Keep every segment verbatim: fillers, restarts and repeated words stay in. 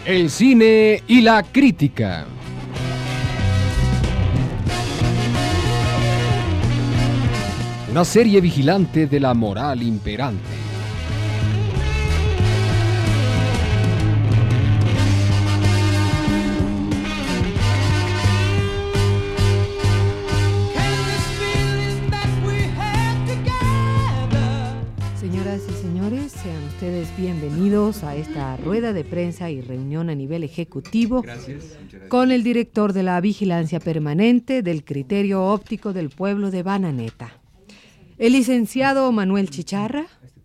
El cine y la crítica. Una serie vigilante de la moral imperante. Señoras y señores, sean ustedes bienvenidos a esta rueda de prensa y reunión a nivel ejecutivo. Gracias. Con el director de la Vigilancia Permanente del Criterio Óptico del Pueblo de Bananeta, el licenciado Manuel Chicharra,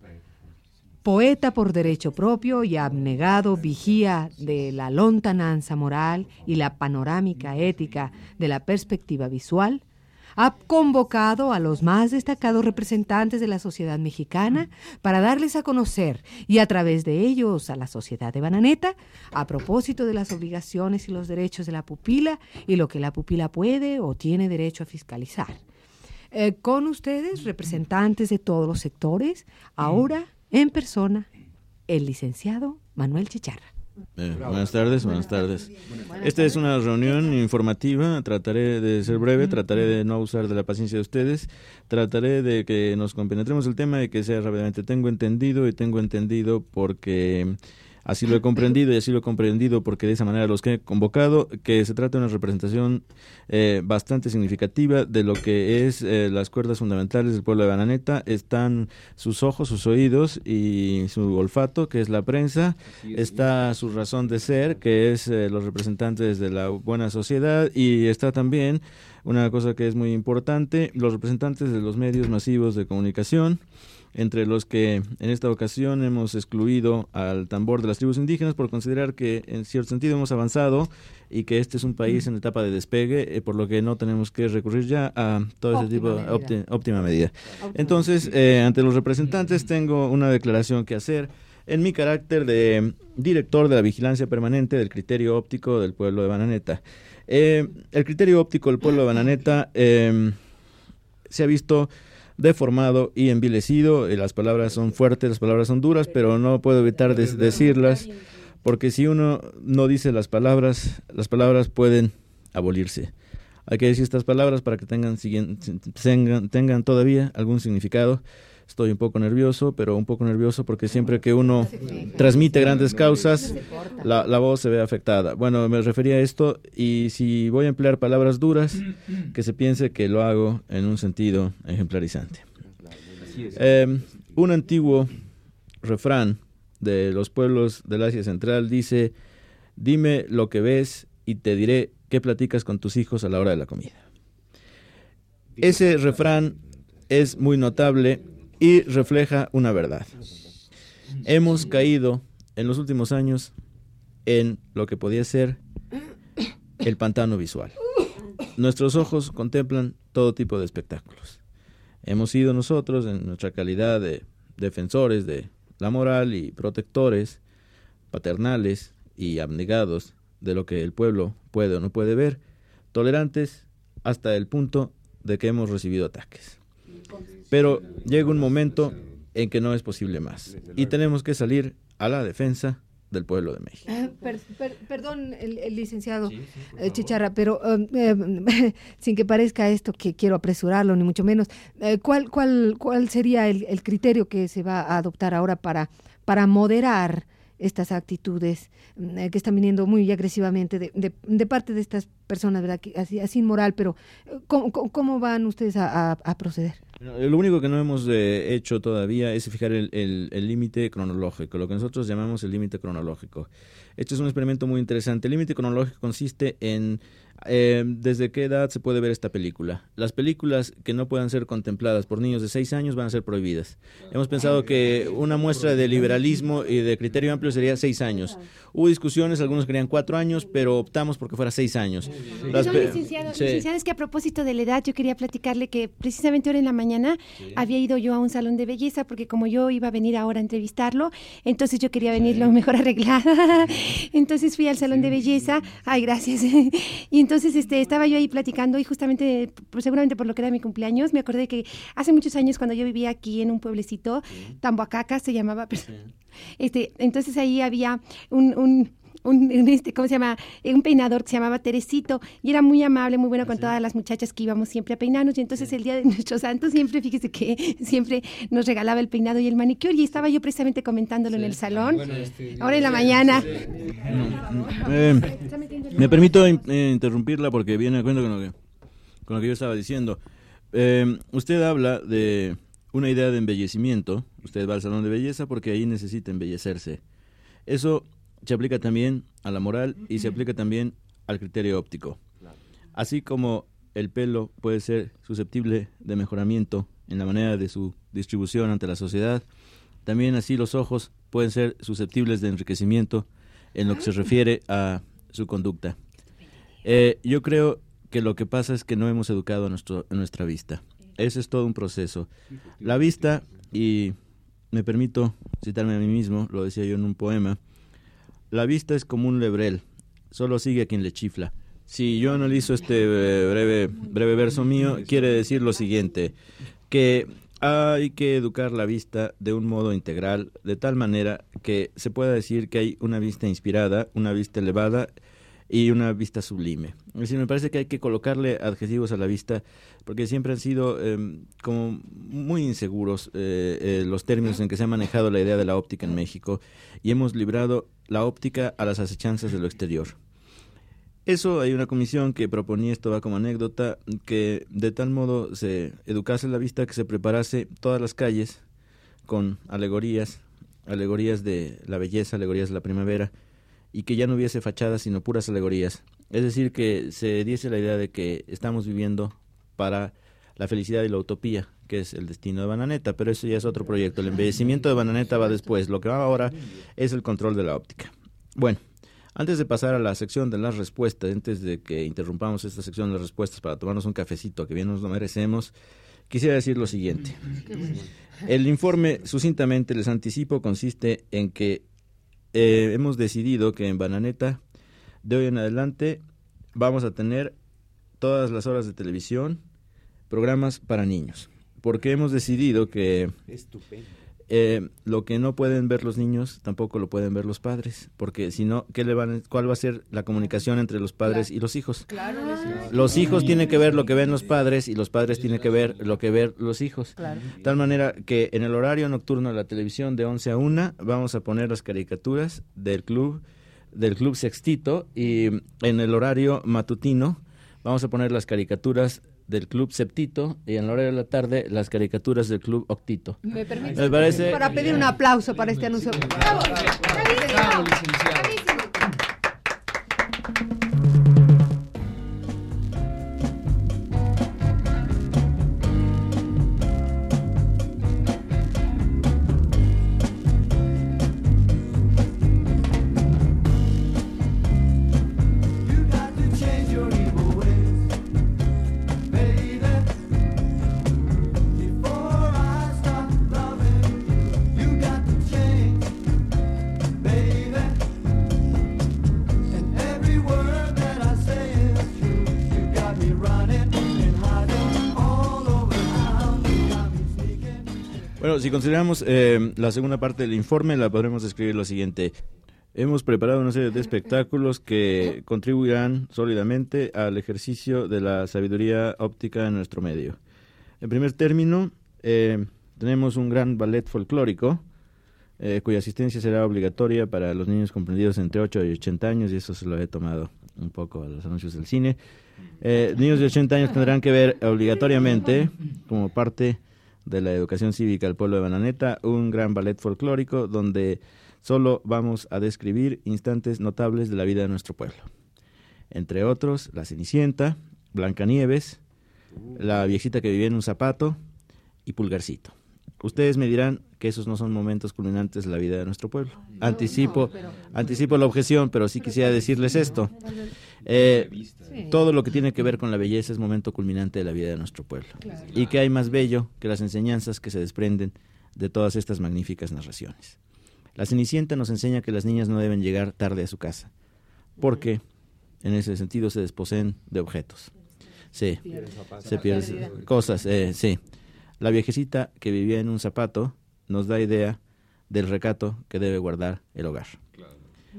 poeta por derecho propio y abnegado vigía de la lontananza moral y la panorámica ética de la perspectiva visual, ha convocado a los más destacados representantes de la sociedad mexicana para darles a conocer y a través de ellos a la sociedad de Bananeta a propósito de las obligaciones y los derechos de la pupila y lo que la pupila puede o tiene derecho a fiscalizar. Eh, con ustedes, representantes de todos los sectores, ahora en persona, el licenciado Manuel Chicharra. Eh, buenas tardes, buenas tardes. Esta es una reunión informativa, trataré de ser breve, trataré de no abusar de la paciencia de ustedes, trataré de que nos compenetremos el tema y que sea rápidamente. Tengo entendido y tengo entendido porque así lo he comprendido y así lo he comprendido porque de esa manera los que he convocado, que se trata de una representación eh, bastante significativa de lo que es eh, las cuerdas fundamentales del pueblo de Bananeta. Están sus ojos, sus oídos y su olfato, que es la prensa, está su razón de ser, que es eh, los representantes de la buena sociedad, y está también una cosa que es muy importante, los representantes de los medios masivos de comunicación, entre los que en esta ocasión hemos excluido al tambor de las tribus indígenas por considerar que en cierto sentido hemos avanzado y que este es un país en etapa de despegue, eh, por lo que no tenemos que recurrir ya a todo ese tipo de óptima, óptima medida. Entonces, eh, ante los representantes tengo una declaración que hacer en mi carácter de director de la Vigilancia Permanente del Criterio Óptico del Pueblo de Bananeta. Eh, el Criterio Óptico del Pueblo de Bananeta eh, se ha visto deformado y envilecido, y las palabras son fuertes, las palabras son duras, pero no puedo evitar de decirlas, porque si uno no dice las palabras, las palabras pueden abolirse. Hay que decir estas palabras para que tengan, tengan, tengan todavía algún significado. Estoy un poco nervioso, pero un poco nervioso porque siempre que uno transmite grandes causas, la, la voz se ve afectada. Bueno, me refería a esto, y si voy a emplear palabras duras, que se piense que lo hago en un sentido ejemplarizante. Eh, un antiguo refrán de los pueblos del Asia Central dice: dime lo que ves y te diré qué platicas con tus hijos a la hora de la comida. Ese refrán es muy notable y refleja una verdad. Hemos caído en los últimos años en lo que podía ser el pantano visual. Nuestros ojos contemplan todo tipo de espectáculos. Hemos sido nosotros, en nuestra calidad de defensores de la moral y protectores paternales y abnegados de lo que el pueblo puede o no puede ver, tolerantes hasta el punto de que hemos recibido ataques. Pero llega un momento en que no es posible más y tenemos que salir a la defensa del pueblo de México. Uh, per, per, perdón, el, el licenciado sí, sí, eh, Chicharra, pero um, eh, sin que parezca esto que quiero apresurarlo, ni mucho menos, eh, ¿cuál, cuál, cuál sería el, el criterio que se va a adoptar ahora para, para moderar estas actitudes eh, que están viniendo muy agresivamente de, de, de parte de estas personas, ¿verdad? Que, así, así inmoral, pero ¿cómo, cómo van ustedes a, a, a proceder? Lo único que no hemos eh, hecho todavía es fijar el límite cronológico, lo que nosotros llamamos el límite cronológico. Este es un experimento muy interesante. El límite cronológico consiste en eh, desde qué edad se puede ver esta película. Las películas que no puedan ser contempladas por niños de seis años van a ser prohibidas. Hemos pensado que una muestra de liberalismo y de criterio amplio sería seis años. Hubo discusiones, algunos querían cuatro años, pero optamos porque fuera seis años. Las pe- licenciado, sí. licenciado, es que a propósito de la edad, yo quería platicarle que precisamente ahora en la mañana sí. había ido yo a un salón de belleza, porque como yo iba a venir ahora a entrevistarlo, entonces yo quería venir lo mejor arreglada. Entonces fui al salón de belleza, ay, gracias. Y entonces este, estaba yo ahí platicando y justamente, pues, seguramente por lo que era mi cumpleaños, me acordé que hace muchos años cuando yo vivía aquí en un pueblecito, sí. Tamboacaca se llamaba, pero, sí. este, entonces ahí había un, un un, un este, ¿cómo se llama? Un peinador que se llamaba Teresito, y era muy amable, muy bueno con ¿sí? todas las muchachas que íbamos siempre a peinarnos, y entonces sí. el día de nuestro santo siempre, fíjese que siempre nos regalaba el peinado y el manicure, y estaba yo precisamente comentándolo sí. en el salón, bueno, este, ahora en la sí, mañana. Sí. Eh, me permito eh, interrumpirla porque viene a cuenta con lo que, con lo que yo estaba diciendo. Eh, usted habla de una idea de embellecimiento, usted va al salón de belleza porque ahí necesita embellecerse. Eso se aplica también a la moral y se aplica también al criterio óptico. Así como el pelo puede ser susceptible de mejoramiento en la manera de su distribución ante la sociedad, también así los ojos pueden ser susceptibles de enriquecimiento en lo que se refiere a su conducta. Eh, yo creo que lo que pasa es que no hemos educado a, nuestro, a nuestra vista. Ese es todo un proceso. La vista, y me permito citarme a mí mismo, lo decía yo en un poema, la vista es como un lebrel, solo sigue a quien le chifla. Si yo analizo este eh, breve, breve verso mío, quiere decir lo siguiente, que hay que educar la vista de un modo integral, de tal manera que se pueda decir que hay una vista inspirada, una vista elevada y una vista sublime. Es decir, me parece que hay que colocarle adjetivos a la vista, porque siempre han sido eh, como muy inseguros eh, eh, los términos en que se ha manejado la idea de la óptica en México, y hemos librado la óptica a las acechanzas de lo exterior. Eso, hay una comisión que proponía, esto va como anécdota, que de tal modo se educase la vista que se preparase todas las calles con alegorías, alegorías de la belleza, alegorías de la primavera, y que ya no hubiese fachadas sino puras alegorías. Es decir, que se diese la idea de que estamos viviendo para la felicidad y la utopía, que es el destino de Bananeta, pero eso ya es otro proyecto. El embellecimiento de Bananeta va después, lo que va ahora es el control de la óptica. Bueno, antes de pasar a la sección de las respuestas, antes de que interrumpamos esta sección de las respuestas para tomarnos un cafecito, que bien nos lo merecemos, quisiera decir lo siguiente. El informe, sucintamente les anticipo, consiste en que eh, hemos decidido que en Bananeta, de hoy en adelante, vamos a tener todas las horas de televisión, programas para niños, porque hemos decidido que eh, lo que no pueden ver los niños tampoco lo pueden ver los padres, porque si no, ¿qué le van, ¿cuál va a ser la comunicación entre los padres y los hijos? Claro, los hijos tienen que ver lo que ven los padres y los padres tienen que ver lo que ven los hijos. Claro. De tal manera que en el horario nocturno de la televisión de once a una vamos a poner las caricaturas del club del Club Sextito, y en el horario matutino vamos a poner las caricaturas del Club Septito, y en la hora de la tarde las caricaturas del Club Octito. ¿Me permite? ¿Me parece? Para pedir un aplauso para este anuncio. ¡Bravo! ¡Bravo, licenciado! Bueno, si consideramos eh, la segunda parte del informe, la podremos describir lo siguiente. Hemos preparado una serie de espectáculos que contribuirán sólidamente al ejercicio de la sabiduría óptica en nuestro medio. En primer término, eh, tenemos un gran ballet folclórico, eh, cuya asistencia será obligatoria para los niños comprendidos entre ocho y ochenta años, y eso se lo he tomado un poco a los anuncios del cine. Eh, niños de ochenta años tendrán que ver obligatoriamente, como parte de la educación cívica al pueblo de Bananeta, un gran ballet folclórico donde solo vamos a describir instantes notables de la vida de nuestro pueblo. Entre otros, la Cenicienta, Blancanieves, la viejita que vivía en un zapato y Pulgarcito. Ustedes me dirán que esos no son momentos culminantes de la vida de nuestro pueblo. Anticipo, anticipo la objeción, pero sí quisiera decirles esto. Eh, todo lo que tiene que ver con la belleza es momento culminante de la vida de nuestro pueblo. Y que hay más bello que las enseñanzas que se desprenden de todas estas magníficas narraciones. La Cenicienta nos enseña que las niñas no deben llegar tarde a su casa, porque en ese sentido se desposeen de objetos. Sí, se pierden cosas, eh, sí. La viejecita que vivía en un zapato nos da idea del recato que debe guardar el hogar.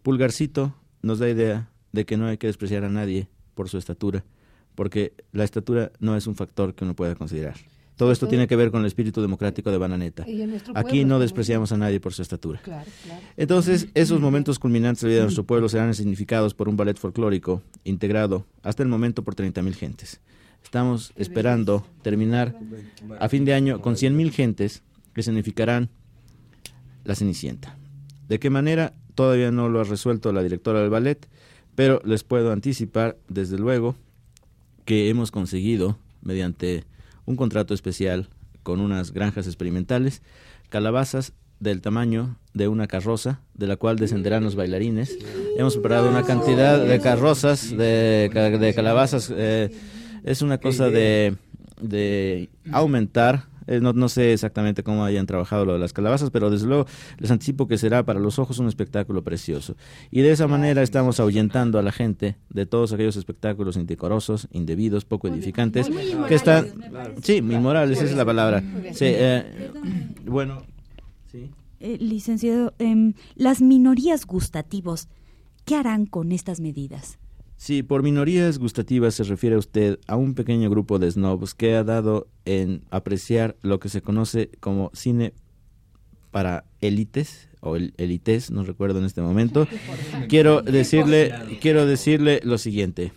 Pulgarcito nos da idea de que no hay que despreciar a nadie por su estatura, porque la estatura no es un factor que uno pueda considerar. Todo esto tiene que ver con el espíritu democrático de Bananeta. Aquí no despreciamos a nadie por su estatura. Claro, claro. Entonces, esos momentos culminantes de la vida de nuestro pueblo serán significados por un ballet folclórico integrado hasta el momento por treinta mil gentes. Estamos esperando terminar a fin de año con cien mil gentes que significarán la Cenicienta. ¿De qué manera? Todavía no lo ha resuelto la directora del ballet, pero les puedo anticipar, desde luego, que hemos conseguido, mediante un contrato especial con unas granjas experimentales, calabazas del tamaño de una carroza, de la cual descenderán los bailarines. Hemos preparado una cantidad de carrozas, de, de calabazas. Eh, es una cosa de, de aumentar. Eh, no, no sé exactamente cómo hayan trabajado lo de las calabazas, pero desde luego les anticipo que será para los ojos un espectáculo precioso. Y de esa manera estamos ahuyentando a la gente de todos aquellos espectáculos indecorosos, indebidos, poco edificantes, que están... Sí, inmorales, esa es la palabra. Sí, eh, bueno, sí. Eh, licenciado, eh, las minorías gustativos, ¿qué harán con estas medidas? Sí, por minorías gustativas se refiere usted a un pequeño grupo de snobs que ha dado en apreciar lo que se conoce como cine para élites o el, élites, no recuerdo en este momento. Quiero decirle, quiero decirle lo siguiente.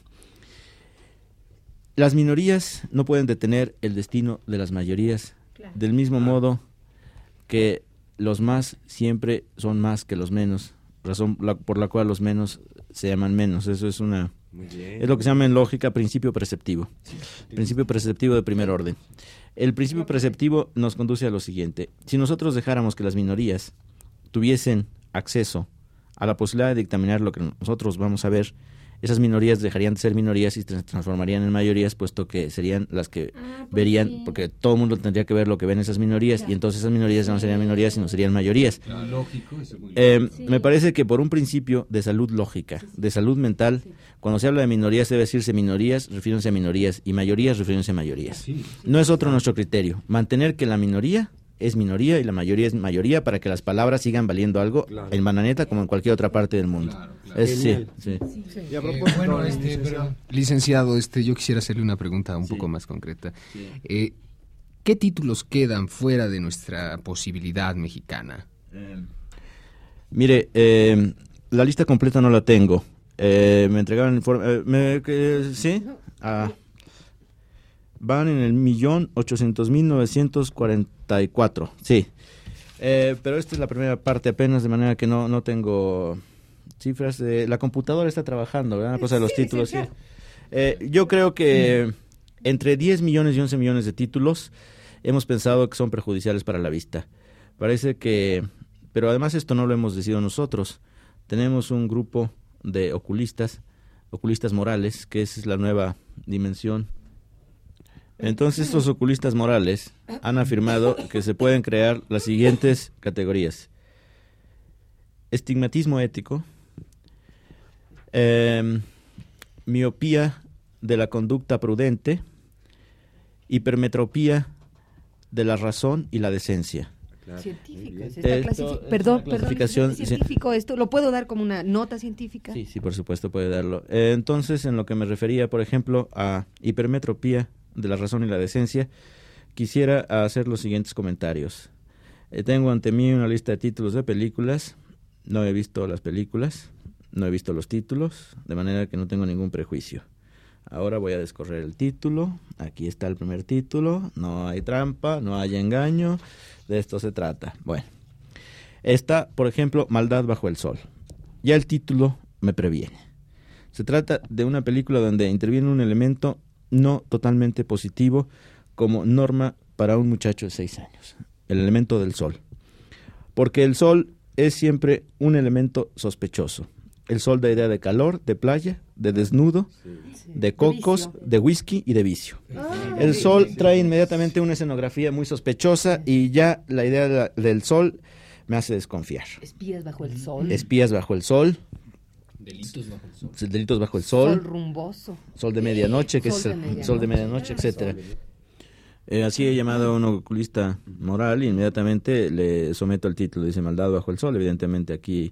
Las minorías no pueden detener el destino de las mayorías, del mismo modo que los más siempre son más que los menos, razón la, por la cual los menos se llaman menos. Eso es una es lo que se llama en lógica principio perceptivo. Principio perceptivo de primer orden. El principio perceptivo nos conduce a lo siguiente. Si nosotros dejáramos que las minorías tuviesen acceso a la posibilidad de dictaminar lo que nosotros vamos a ver, esas minorías dejarían de ser minorías y se transformarían en mayorías, puesto que serían las que ah, verían, sí. Porque todo el mundo tendría que ver lo que ven esas minorías, claro. Y entonces esas minorías ya no serían minorías, sino serían mayorías. Claro. Lógico, eso es muy eh, sí. Me parece que por un principio de salud lógica, sí, sí. de salud mental, sí. Cuando se habla de minorías debe decirse minorías, refiriéndose a minorías, y mayorías, refiriéndose a mayorías. Sí, sí. No es otro nuestro criterio, mantener que la minoría es minoría y la mayoría es mayoría para que las palabras sigan valiendo algo, claro. En Bananeta como en cualquier otra parte del mundo. Claro, claro. Es, sí, sí. Sí, sí. Eh, bueno, este, licenciado. licenciado, este, yo quisiera hacerle una pregunta un sí. poco más concreta. Sí. Eh, ¿Qué títulos quedan fuera de nuestra posibilidad mexicana? Eh, mire, eh, la lista completa no la tengo. Eh, me entregaron informe, eh, me, eh, sí, ah, van en el millón ochocientos mil novecientos cuarenta y cuatro, sí. Eh, pero esta es la primera parte apenas, de manera que no, no tengo cifras. Eh, la computadora está trabajando, ¿verdad? La cosa de los sí, títulos, sí. sí. Eh, yo creo que entre diez millones y once millones de títulos hemos pensado que son perjudiciales para la vista. Parece que, pero además esto no lo hemos decidido nosotros. Tenemos un grupo de oculistas, oculistas morales, que esa es la nueva dimensión. Entonces estos oculistas morales han afirmado que se pueden crear las siguientes categorías: estigmatismo ético, eh, miopía de la conducta prudente, hipermetropía de la razón y la decencia. Claro. Científico, es esta clasific... perdón, perdón, científico, esto lo puedo dar como una nota científica. Sí, sí, por supuesto puede darlo. Eh, entonces, en lo que me refería, por ejemplo, a hipermetropía de la razón y la decencia, quisiera hacer los siguientes comentarios. Eh, tengo ante mí una lista de títulos de películas. No he visto las películas, no he visto los títulos, de manera que no tengo ningún prejuicio. Ahora voy a descorrer el título. Aquí está el primer título. No hay trampa, no hay engaño. De esto se trata. Bueno, está, por ejemplo, Maldad bajo el sol. Ya el título me previene. Se trata de una película donde interviene un elemento no totalmente positivo como norma para un muchacho de seis años. El elemento del sol. Porque el sol es siempre un elemento sospechoso. El sol da idea de calor, de playa, de desnudo, de cocos, de whisky y de vicio. El sol trae inmediatamente una escenografía muy sospechosa y ya la idea de la, del sol me hace desconfiar. Espías bajo el sol. Espías bajo el sol. Delitos bajo el sol. Delitos bajo el sol. Sol rumboso. Sol de medianoche, que sol es el sol de medianoche, etcétera. Eh, así he llamado a un oculista moral y inmediatamente le someto el título. Dice Maldad bajo el sol. Evidentemente aquí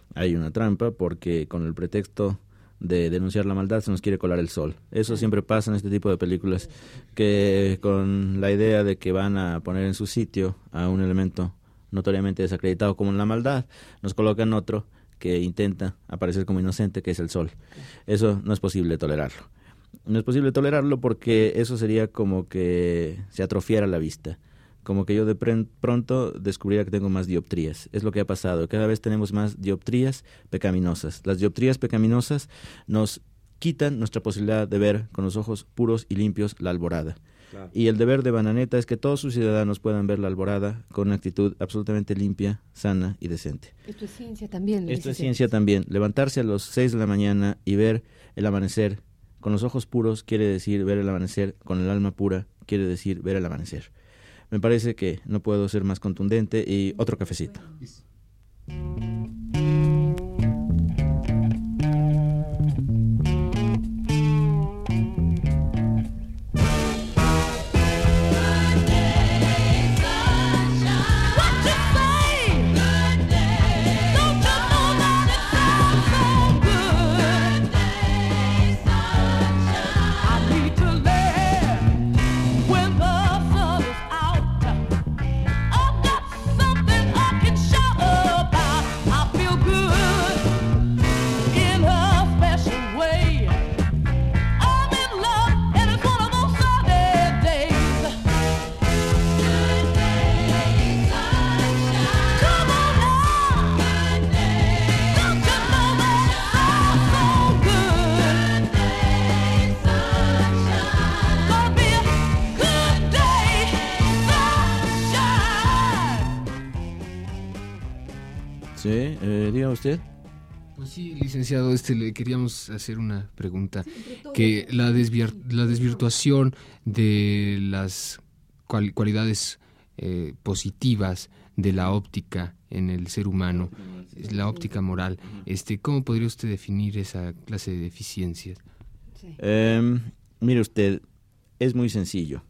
hay una trampa porque con el pretexto de denunciar la maldad se nos quiere colar el sol. Eso siempre pasa en este tipo de películas, que con la idea de que van a poner en su sitio a un elemento notoriamente desacreditado como en la maldad, nos colocan otro que intenta aparecer como inocente, que es el sol. Eso no es posible tolerarlo. No es posible tolerarlo porque eso sería como que se atrofiara la vista, como que yo de pronto descubriera que tengo más dioptrías. Es lo que ha pasado, cada vez tenemos más dioptrías pecaminosas. Las dioptrías pecaminosas nos quitan nuestra posibilidad de ver con los ojos puros y limpios la alborada. Claro. Y el deber de Bananeta es que todos sus ciudadanos puedan ver la alborada con una actitud absolutamente limpia, sana y decente. Esto es ciencia también. Esto es ciencia también. Levantarse a las seis de la mañana y ver el amanecer con los ojos puros quiere decir ver el amanecer, con el alma pura quiere decir ver el amanecer. Me parece que no puedo ser más contundente. Y otro cafecito. Sí, eh, diga usted. Pues sí, licenciado, este le queríamos hacer una pregunta, que la, desviar, la desvirtuación de las cual, cualidades eh, positivas de la óptica en el ser humano, la óptica moral, este, ¿cómo podría usted definir esa clase de deficiencias? Sí. Eh, mire usted, es muy sencillo.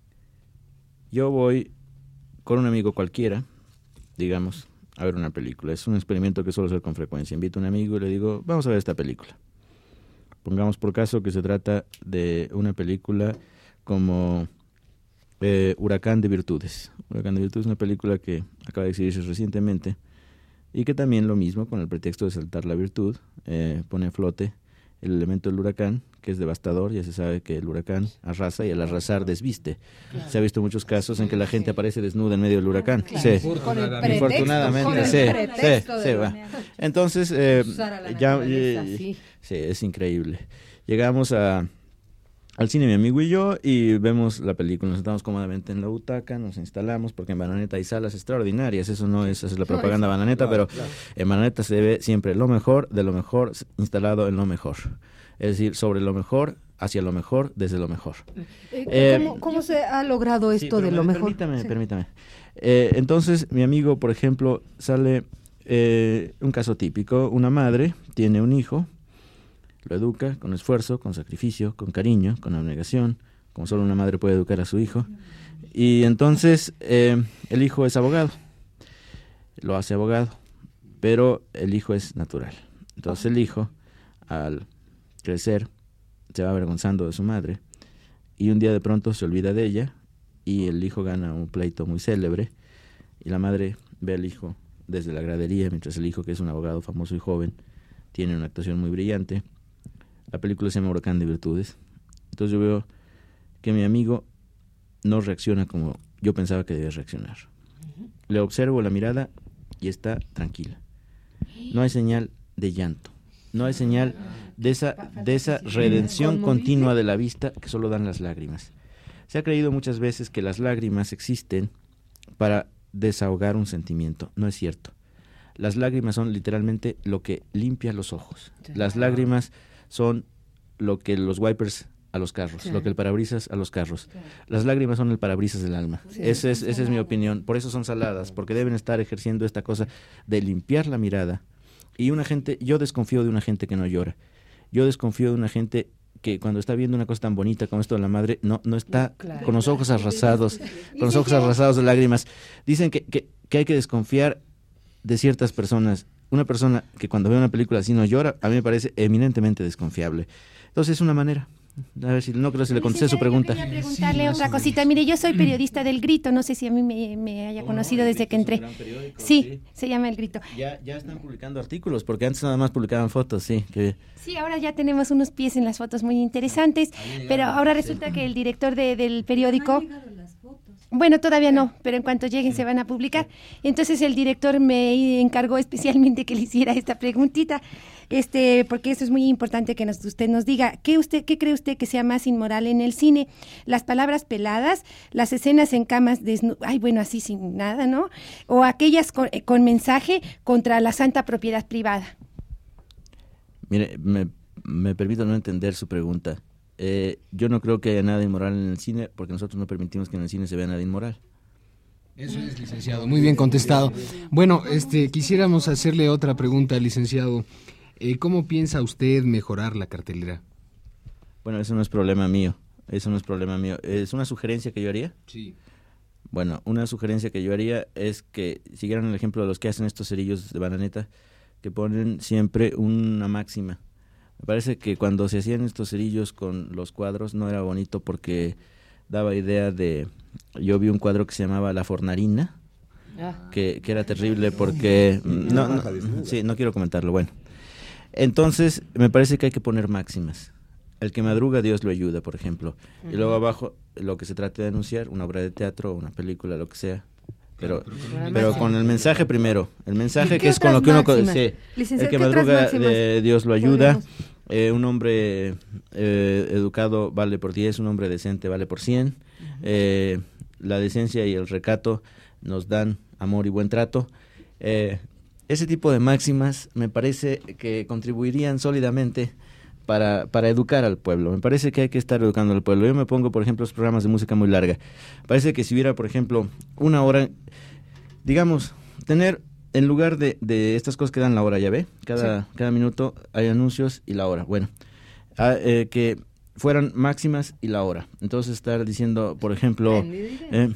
Yo voy con un amigo cualquiera, digamos, a ver una película. Es un experimento que suelo hacer con frecuencia. Invito a un amigo y le digo, vamos a ver esta película. Pongamos por caso que se trata de una película como eh, Huracán de Virtudes. Huracán de Virtudes es una película que acaba de exhibirse recientemente y que también lo mismo, con el pretexto de exaltar la virtud, eh, pone a flote el elemento del huracán, que es devastador. Ya se sabe que el huracán arrasa y al arrasar desviste. Claro. Se ha visto muchos casos en que la gente aparece desnuda en medio del huracán. Claro. Sí. Infortunadamente. Infortunadamente, sí, sí, sí, va. Entonces, eh, ya, eh, sí. sí, es increíble. Llegamos a, al cine mi amigo y yo y vemos la película. Nos sentamos cómodamente en la butaca, nos instalamos, porque en Bananeta hay salas extraordinarias. Eso no es hacer la propaganda Bananeta, pero en Bananeta se ve siempre lo mejor de lo mejor instalado en lo mejor. Es decir, sobre lo mejor, hacia lo mejor, desde lo mejor. Eh, ¿Cómo, ¿Cómo se ha logrado esto sí, de lo me, mejor? Permítame, sí. permítame. Eh, entonces, mi amigo, por ejemplo, sale eh, un caso típico. Una madre tiene un hijo, lo educa con esfuerzo, con sacrificio, con cariño, con abnegación, como solo una madre puede educar a su hijo. Y entonces, eh, el hijo es abogado. Lo hace abogado, pero el hijo es natural. Entonces, el hijo, al crecer, se va avergonzando de su madre y un día de pronto se olvida de ella y el hijo gana un pleito muy célebre y la madre ve al hijo desde la gradería mientras el hijo, que es un abogado famoso y joven, tiene una actuación muy brillante. La película se llama Huracán de Virtudes. Entonces yo veo que mi amigo no reacciona como yo pensaba que debía reaccionar. Le observo la mirada y está tranquila. No hay señal de llanto. No hay señal de esa, de esa redención continua de la vista que solo dan las lágrimas. Se ha creído muchas veces que las lágrimas existen para desahogar un sentimiento. No es cierto. Las lágrimas son literalmente lo que limpia los ojos. Las lágrimas son lo que los wipers a los carros, sí. lo que el parabrisas a los carros. Sí. Las lágrimas son el parabrisas del alma. Sí, esa es, esa es mi opinión. Por eso son saladas, porque deben estar ejerciendo esta cosa de limpiar la mirada. Y una gente, yo desconfío de una gente que no llora. Yo desconfío de una gente que cuando está viendo una cosa tan bonita como esto de la madre, no, no está claro, con los ojos claro. arrasados, con los ojos arrasados de lágrimas. Dicen que, que, que hay que desconfiar de ciertas personas. una persona que cuando ve una película así no llora, a mí me parece eminentemente desconfiable. Entonces es una manera. A ver si no creo si le contesté su pregunta. Yo quería preguntarle otra cosita. Mire, yo soy periodista del Grito, no sé si a mí me, me haya conocido desde que entré. Sí, sí, se llama El Grito. Ya, ya están publicando artículos, porque antes nada más publicaban fotos, sí. Que... Sí, ahora ya tenemos unos pies en las fotos muy interesantes, pero ahora resulta que el director de, del periódico... Bueno, todavía no, pero en cuanto lleguen se van a publicar. Entonces el director me encargó especialmente que le hiciera esta preguntita, este, porque eso es muy importante que nos, usted nos diga, ¿qué usted, qué cree usted que sea más inmoral en el cine? Las palabras peladas, las escenas en camas desnudas, ay, bueno, así sin nada, ¿no? O aquellas con, con mensaje contra la santa propiedad privada. Mire, me, me permito no entender su pregunta. Eh, yo no creo que haya nada inmoral en el cine, porque nosotros no permitimos que en el cine se vea nada inmoral. Eso es, licenciado. Muy bien contestado. Bueno, este, quisiéramos hacerle otra pregunta, licenciado. Eh, ¿Cómo piensa usted mejorar la cartelera? Bueno, eso no es problema mío. Eso no es problema mío. ¿Es una sugerencia que yo haría? Sí. Bueno, una sugerencia que yo haría es que siguieran el ejemplo de los que hacen estos cerillos de bananeta, que ponen siempre una máxima. Me parece que cuando se hacían estos cerillos con los cuadros no era bonito porque daba idea de... Yo vi un cuadro que se llamaba La Fornarina, ah. que, que era terrible porque... No, no, sí, no quiero comentarlo, bueno. Entonces, me parece que hay que poner máximas. El que madruga, Dios lo ayuda, por ejemplo. Uh-huh. Y luego abajo, lo que se trate de anunciar, una obra de teatro, una película, lo que sea. Pero, pero, pero con el mensaje primero, el mensaje que es con lo que uno... Sí, el que madruga, eh, Dios lo ayuda. Eh, un hombre eh, educado vale por diez, un hombre decente vale por cien. Eh, la decencia y el recato nos dan amor y buen trato. Eh, ese tipo de máximas me parece que contribuirían sólidamente para, para educar al pueblo. Me parece que hay que estar educando al pueblo. Yo me pongo, por ejemplo, los programas de música muy larga. Parece que si hubiera, por ejemplo, una hora, digamos, tener... En lugar de, de estas cosas que dan la hora, ¿ya ve? Cada, sí. cada minuto hay anuncios y la hora. Bueno, a, eh, que fueran máximas y la hora. Entonces estar diciendo, por ejemplo, eh,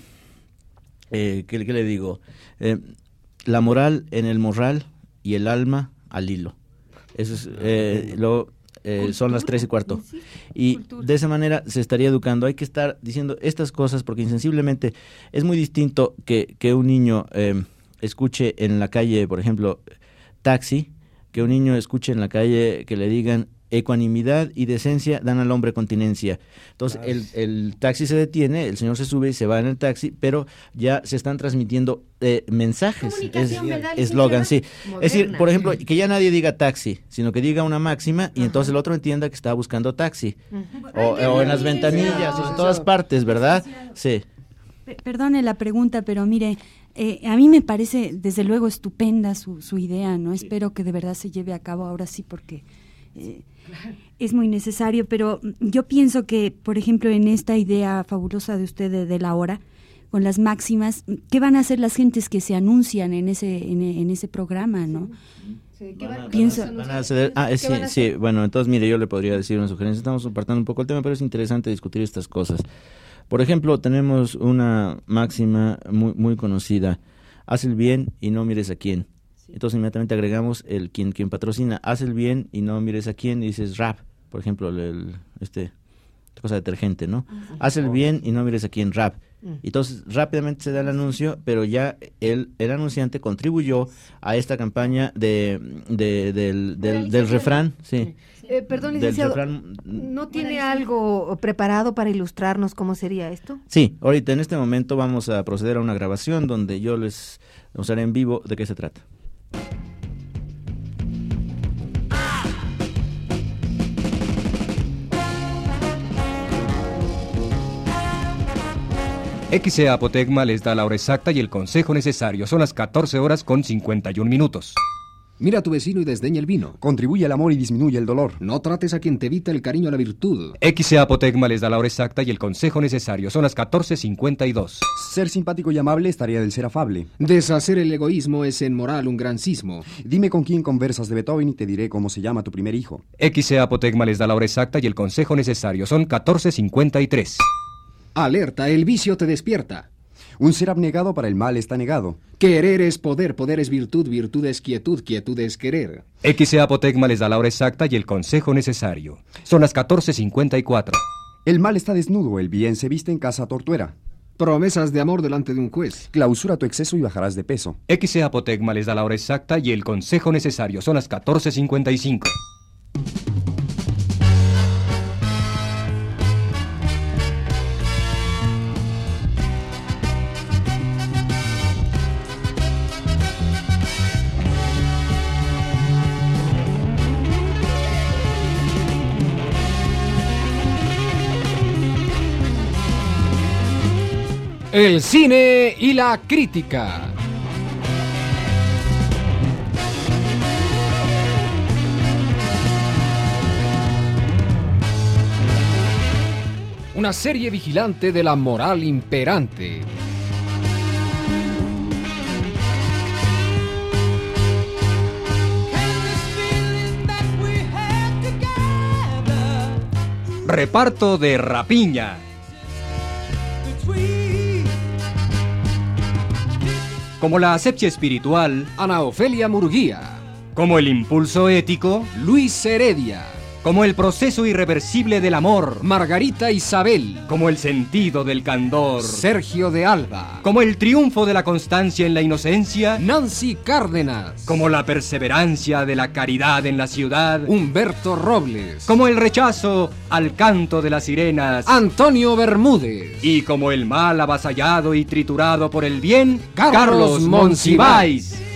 eh, ¿qué, ¿qué le digo? Eh, la moral en el morral y el alma al hilo. Eso es, eh, lo, eh, son las tres y cuarto. Y de esa manera se estaría educando. Hay que estar diciendo estas cosas porque insensiblemente es muy distinto que, que un niño... Eh, escuche en la calle, por ejemplo, taxi, que un niño escuche en la calle que le digan ecuanimidad y decencia dan al hombre continencia. Entonces el, el taxi se detiene, el señor se sube y se va en el taxi, pero ya se están transmitiendo eh, mensajes, eslogan, sí. Moderna. Es decir, por ejemplo, que ya nadie diga taxi, sino que diga una máxima. Ajá. Y entonces el otro entienda que está buscando taxi. O, o en las ventanillas, o en todas partes, ¿verdad? Sí. Perdone la pregunta, pero mire, eh, a mí me parece desde luego estupenda su, su idea, ¿no? Sí. Espero que de verdad se lleve a cabo ahora sí porque eh, claro. es muy necesario, pero yo pienso que, por ejemplo, en esta idea fabulosa de usted de, de la hora, con las máximas, ¿qué van a hacer las gentes que se anuncian en ese en, en ese programa, no? Sí. ¿Qué van, Pienso, van a, van a hacer, ah, sí, sí, bueno, entonces mire, yo le podría decir una sugerencia, estamos apartando un poco el tema, pero es interesante discutir estas cosas. Por ejemplo, tenemos una máxima muy, muy conocida, haz el bien y no mires a quién. Entonces inmediatamente agregamos el quien, quien patrocina, haz el bien y no mires a quién, y dices rap, por ejemplo, el, el, este, cosa detergente, ¿no? Uh-huh. Haz el bien y no mires a quién, rap. Entonces rápidamente se da el anuncio, pero ya el, el anunciante contribuyó a esta campaña de, de del, del, del refrán, sí. Eh, perdón, licenciado, refrán, ¿no tiene algo preparado para ilustrarnos cómo sería esto? Sí, ahorita en este momento vamos a proceder a una grabación donde yo les mostraré en vivo de qué se trata. X E A Apotecma les da la hora exacta y el consejo necesario. Son las catorce horas con cincuenta y un minutos. Mira a tu vecino y desdeña el vino. Contribuye al amor y disminuye el dolor. No trates a quien te evita el cariño a la virtud. X E A Apotecma les da la hora exacta y el consejo necesario. Son las catorce cincuenta y dos. Ser simpático y amable es tarea del ser afable. Deshacer el egoísmo es en moral un gran sismo. Dime con quién conversas de Beethoven y te diré cómo se llama tu primer hijo. X E A Apotecma les da la hora exacta y el consejo necesario. Son catorce cincuenta y tres. Alerta, el vicio te despierta. Un ser abnegado para el mal está negado. Querer es poder, poder es virtud, virtud es quietud, quietud es querer. X E Apotegma les da la hora exacta y el consejo necesario. Son las catorce cincuenta y cuatro. El mal está desnudo, el bien se viste en casa tortuera. Promesas de amor delante de un juez. Clausura tu exceso y bajarás de peso. X E Apotegma les da la hora exacta y el consejo necesario. Son las catorce cincuenta y cinco. El cine y la crítica. Una serie vigilante de la moral imperante. Reparto de Rapiña. Como la asepsia espiritual, Ana Ofelia Murguía. como el impulso ético, Luis Heredia. como el proceso irreversible del amor, Margarita Isabel. como el sentido del candor, Sergio de Alba. como el triunfo de la constancia en la inocencia, Nancy Cárdenas. como la perseverancia de la caridad en la ciudad, Humberto Robles. como el rechazo al canto de las sirenas, Antonio Bermúdez. y como el mal avasallado y triturado por el bien, Carlos Carlos Monsiváis. Monsiváis.